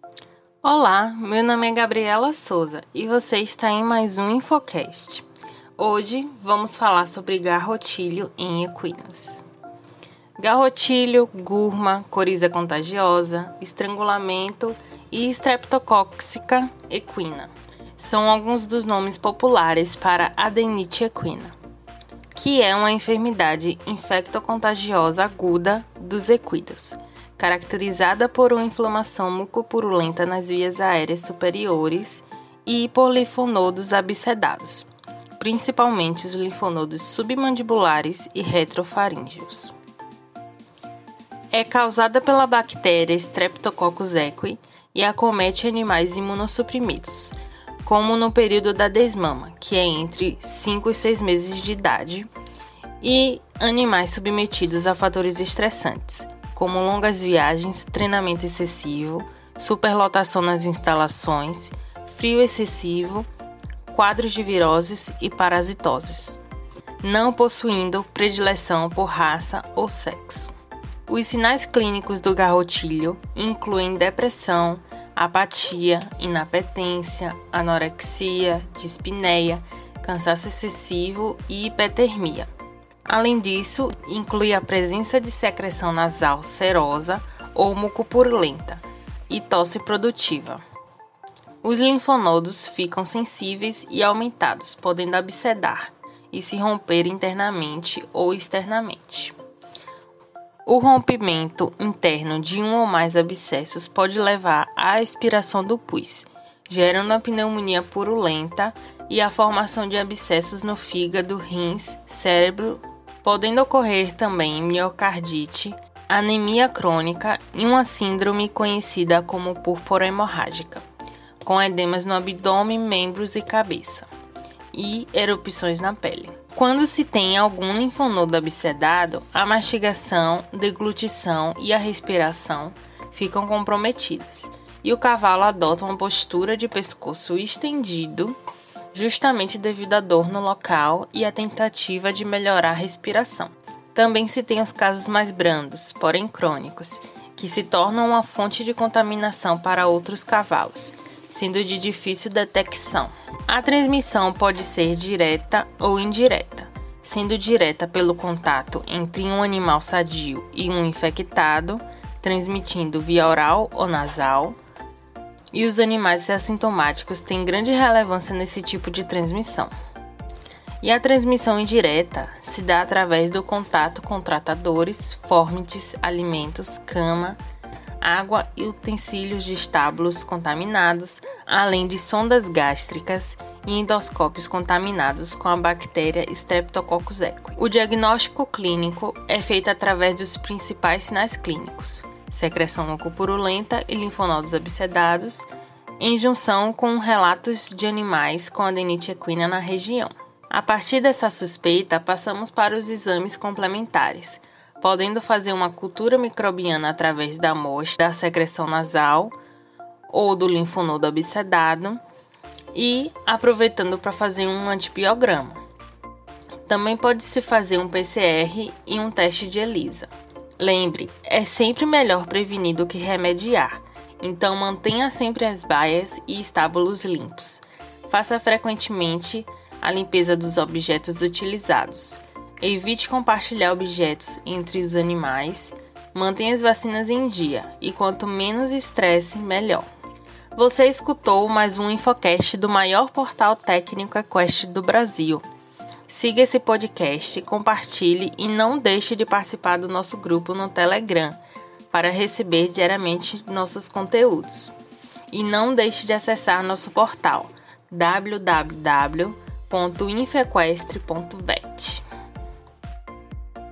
Olá, meu nome é Gabriela Souza e você está em mais um Infocast. Hoje vamos falar sobre garrotilho em equinos. Garrotilho, gurma, coriza contagiosa, estrangulamento e streptocóxica equina são alguns dos nomes populares para adenite equina, que é uma enfermidade infectocontagiosa aguda dos equinos, caracterizada por uma inflamação mucopurulenta nas vias aéreas superiores e por linfonodos abscedados, principalmente os linfonodos submandibulares e retrofaríngeos. É causada pela bactéria Streptococcus equi e acomete animais imunossuprimidos, como no período da desmama, que é entre 5 e 6 meses de idade, e animais submetidos a fatores estressantes, como longas viagens, treinamento excessivo, superlotação nas instalações, frio excessivo, quadros de viroses e parasitoses, não possuindo predileção por raça ou sexo. Os sinais clínicos do garrotilho incluem depressão, apatia, inapetência, anorexia, dispneia, cansaço excessivo e hipertermia. Além disso, inclui a presença de secreção nasal serosa ou mucopurulenta e tosse produtiva. Os linfonodos ficam sensíveis e aumentados, podendo abscedar e se romper internamente ou externamente. O rompimento interno de um ou mais abscessos pode levar à expiração do pus, gerando a pneumonia purulenta e a formação de abscessos no fígado, rins, cérebro, podendo ocorrer também miocardite, anemia crônica e uma síndrome conhecida como púrpura hemorrágica, com edemas no abdômen, membros e cabeça, e erupções na pele. Quando se tem algum linfonodo abscedado, a mastigação, deglutição e a respiração ficam comprometidas, e o cavalo adota uma postura de pescoço estendido, justamente devido à dor no local e à tentativa de melhorar a respiração. Também se tem os casos mais brandos, porém crônicos, que se tornam uma fonte de contaminação para outros cavalos, sendo de difícil detecção. A transmissão pode ser direta ou indireta, sendo direta pelo contato entre um animal sadio e um infectado, transmitindo via oral ou nasal, e os animais assintomáticos têm grande relevância nesse tipo de transmissão. E a transmissão indireta se dá através do contato com tratadores, fórmites, alimentos, cama, água e utensílios de estábulos contaminados, além de sondas gástricas e endoscópios contaminados com a bactéria Streptococcus equi. O diagnóstico clínico é feito através dos principais sinais clínicos: secreção mucopurulenta e linfonodos abscedados, em junção com relatos de animais com adenite equina na região. A partir dessa suspeita, passamos para os exames complementares, podendo fazer uma cultura microbiana através da amostra da secreção nasal ou do linfonodo abscedado e aproveitando para fazer um antibiograma. Também pode-se fazer um PCR e um teste de ELISA. Lembre, é sempre melhor prevenir do que remediar, então mantenha sempre as baias e estábulos limpos. Faça frequentemente a limpeza dos objetos utilizados. Evite compartilhar objetos entre os animais, mantenha as vacinas em dia e quanto menos estresse, melhor. Você escutou mais um Infocast do maior portal técnico equestre do Brasil. Siga esse podcast, compartilhe e não deixe de participar do nosso grupo no Telegram para receber diariamente nossos conteúdos. E não deixe de acessar nosso portal www.infequestre.vet.